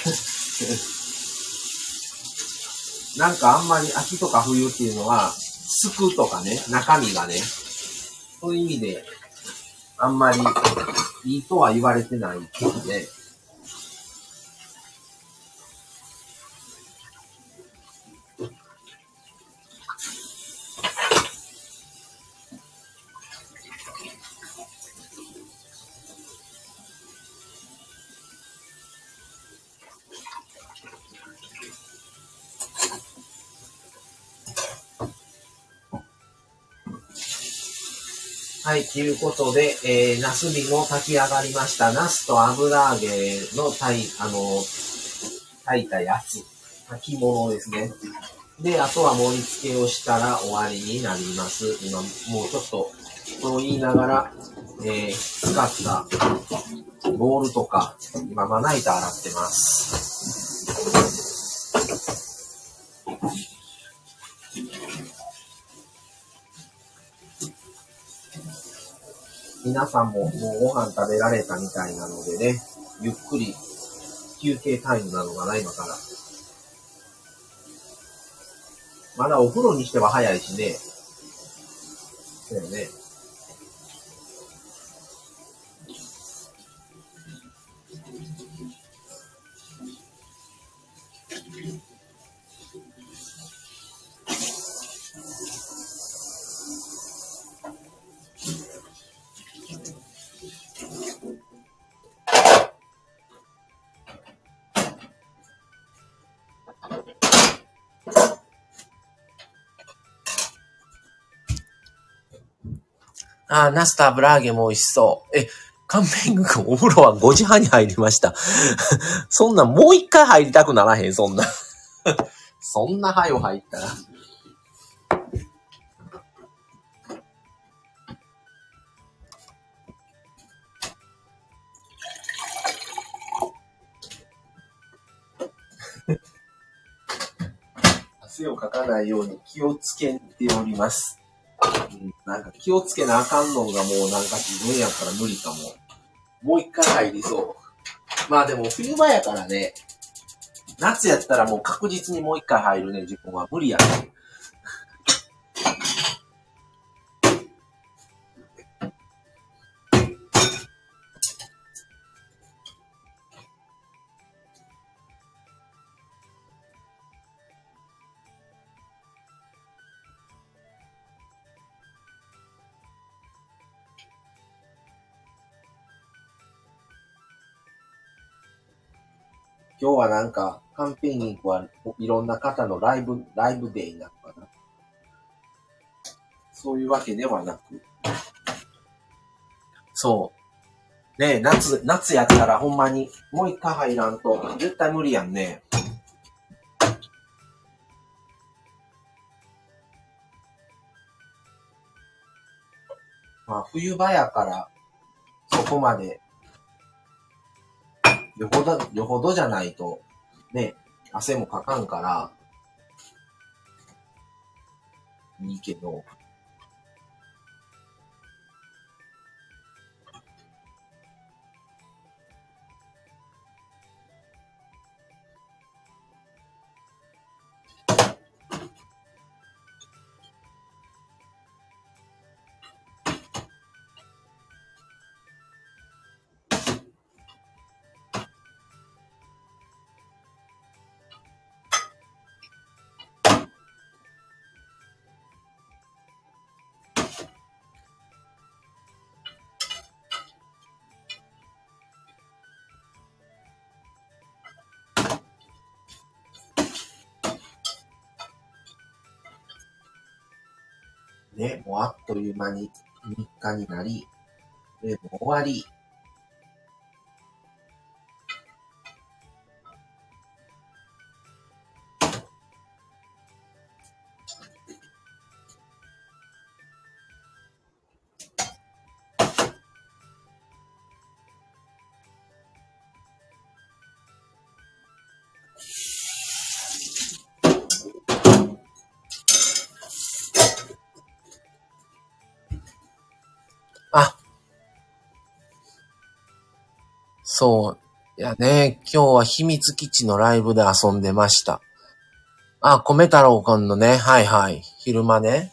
[SPEAKER 1] なんかあんまり秋とか冬っていうのは、すくとかね、中身がね、そういう意味で、あんまりいいとは言われてないので、はい、ということで、ナスビも炊き上がりました。ナスと油揚げの炊いたやつ。炊き物ですね。で、あとは盛り付けをしたら終わりになります。今、もうちょっと、そう言いながら、使ったボールとか、今まな板洗ってます。皆さんももうご飯食べられたみたいなのでね、ゆっくり休憩タイムなのかな、今から。まだお風呂にしては早いしね。そうよね。あー、ナスと油揚げも美味しそう。カンペング君、お風呂は5時半に入りました。そんな、もう一回入りたくならへん、そんな。そんな早よ入ったら。汗をかかないように気をつけております。なんか気をつけなあかんのがもうなんか自分やから無理かも。もう一回入りそう。まあでも冬場やからね、夏やったらもう確実にもう一回入るね、自分は無理やね。今日はなんか、カンペインはいろんな方のライブデーになるかな。そういうわけではなく。そう。ねえ、夏やったらほんまにもう一回入らんと絶対無理やんね。まあ冬場やからそこまでよほどじゃないとね、汗もかかんからいいけど、ね、もうあっという間に3日になり、でも終わり。 そう。いやね、今日は秘密基地のライブで遊んでました。あ、米太郎くんのね、はいはい。昼間ね。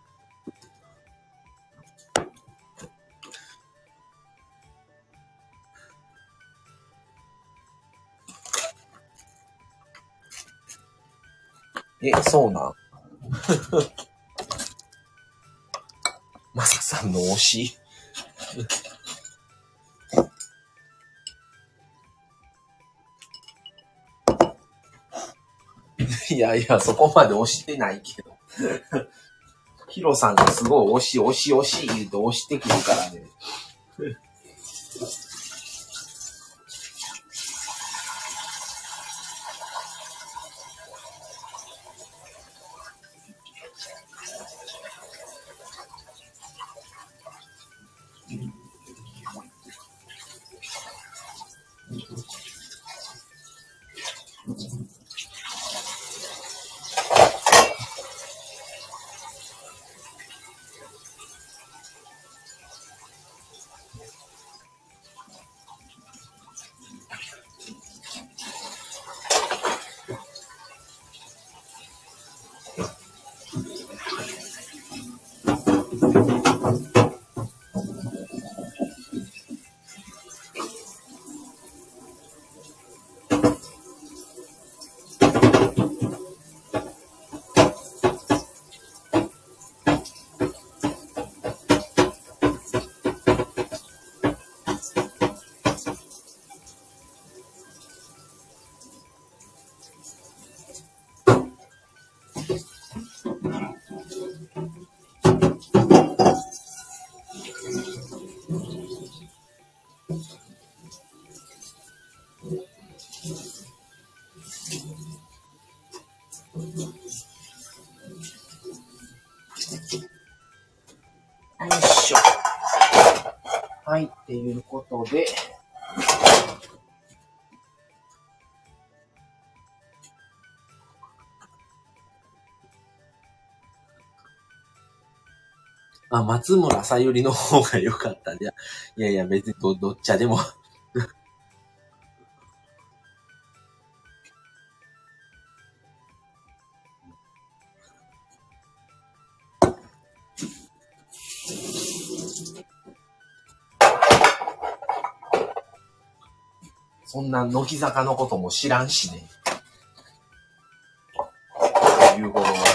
[SPEAKER 1] そうなん。まささんの推し。いやいや、そこまで推してないけど。ヒロさんがすごい推し言うと推してくるからね。よいしょ。はい、っていうことで。あ、松村さゆりの方が良かったね。いやいや、別にどっちゃでも。そんな乃木坂のことも知らんしね。いう頃は。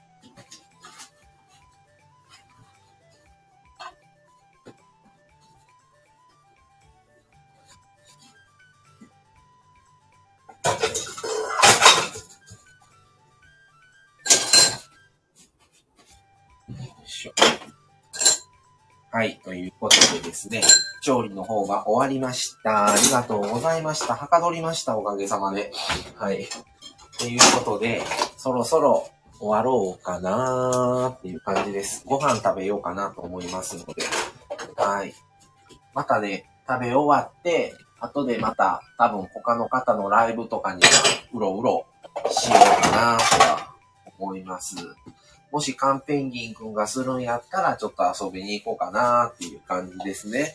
[SPEAKER 1] はい、ということでですね、調理の方が終わりました。ありがとうございました。はかどりました、おかげさまで。はい。ということで、そろそろ終わろうかなーっていう感じです。ご飯食べようかなと思いますので。はい。またね、食べ終わって、後でまた多分他の方のライブとかにうろうろしようかなとは思います。もしカンペンギンくんがするんやったらちょっと遊びに行こうかなっていう感じですね。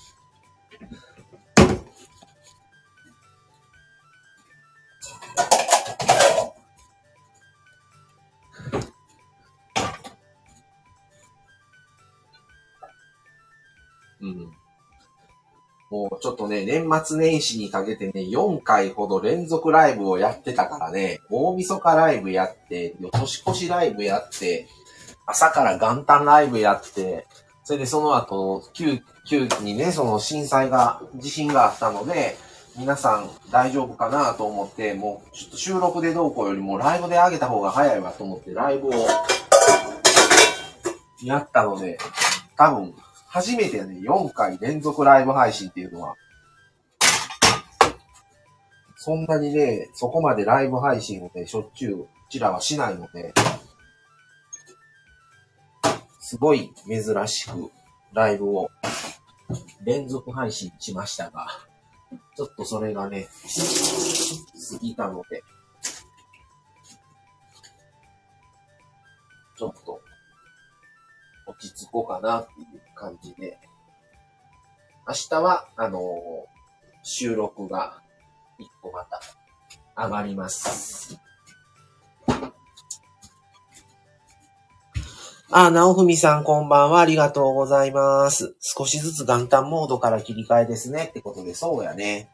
[SPEAKER 1] うん。もうちょっとね、年末年始にかけてね、4回ほど連続ライブをやってたからね、大晦日ライブやって、年越しライブやって、朝から元旦ライブやって、それでその後、急にね、その地震があったので、皆さん大丈夫かなと思って、もうちょっと収録でどうこうよりもライブで上げた方が早いわと思ってライブをやったので、多分、初めてね、4回連続ライブ配信っていうのは、そんなにね、そこまでライブ配信をね、しょっちゅう、うちらはしないので、すごい珍しくライブを連続配信しましたが、ちょっとそれがね、過ぎたので、ちょっと落ち着こうかなっていう感じで、明日は、 収録が一個また上がります。直文さんこんばんは。ありがとうございます。少しずつ元旦モードから切り替えですね。ってことで、そうやね。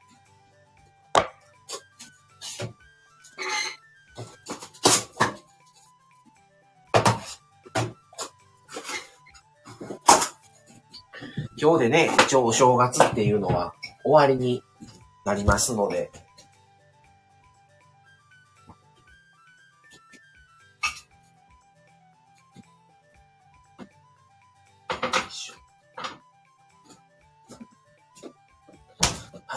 [SPEAKER 1] 今日でね、一応お正月っていうのは終わりになりますので。はい。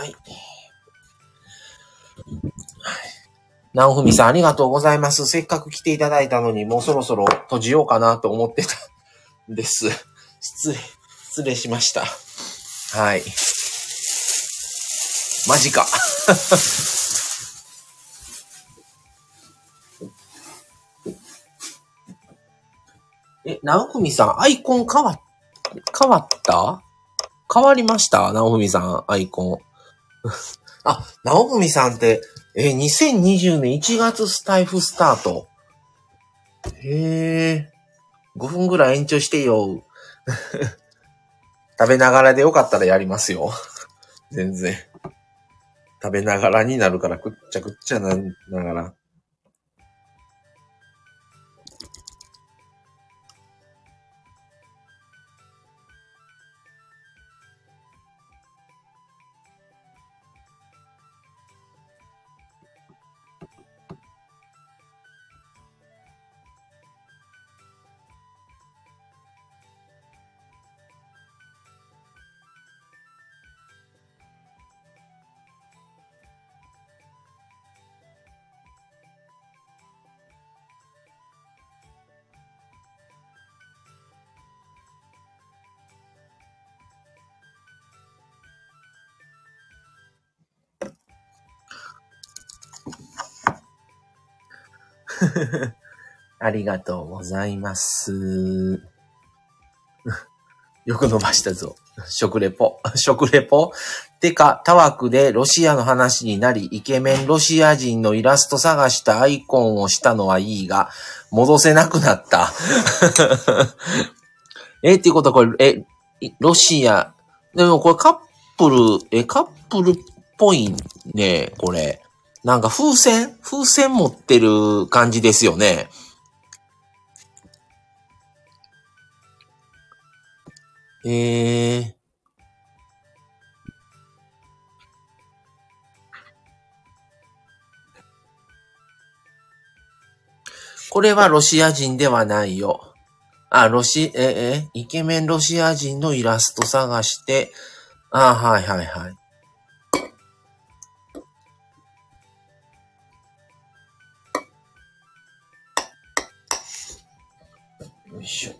[SPEAKER 1] 直文さんありがとうございます。せっかく来ていただいたのにもうそろそろ閉じようかなと思ってたんです。失礼しました。はい。マジか。直文さん、アイコン変わった変わりました直文さん、アイコン。直文さんって、2020年1月スタイフスタート。5分ぐらい延長してよ。食べながらでよかったらやりますよ。全然。食べながらになるからくっちゃくっちゃながら。ありがとうございます。よく伸ばしたぞ。食レポてか、タワクでロシアの話になり、イケメンロシア人のイラスト探したアイコンをしたのはいいが、戻せなくなった。っていうことはこれ、ロシア、でもこれカップルっぽいね、これ。なんか風船持ってる感じですよね。これはロシア人ではないよ。イケメンロシア人のイラスト探して、はいはいはい。よいしょ。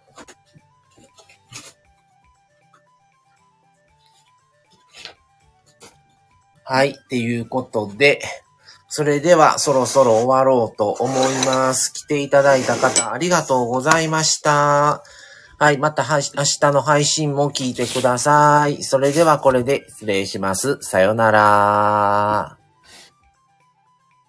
[SPEAKER 1] はい、っていうことで、それではそろそろ終わろうと思います。来ていただいた方ありがとうございました。はい、また明日の配信も聞いてください。それではこれで失礼します。さよなら。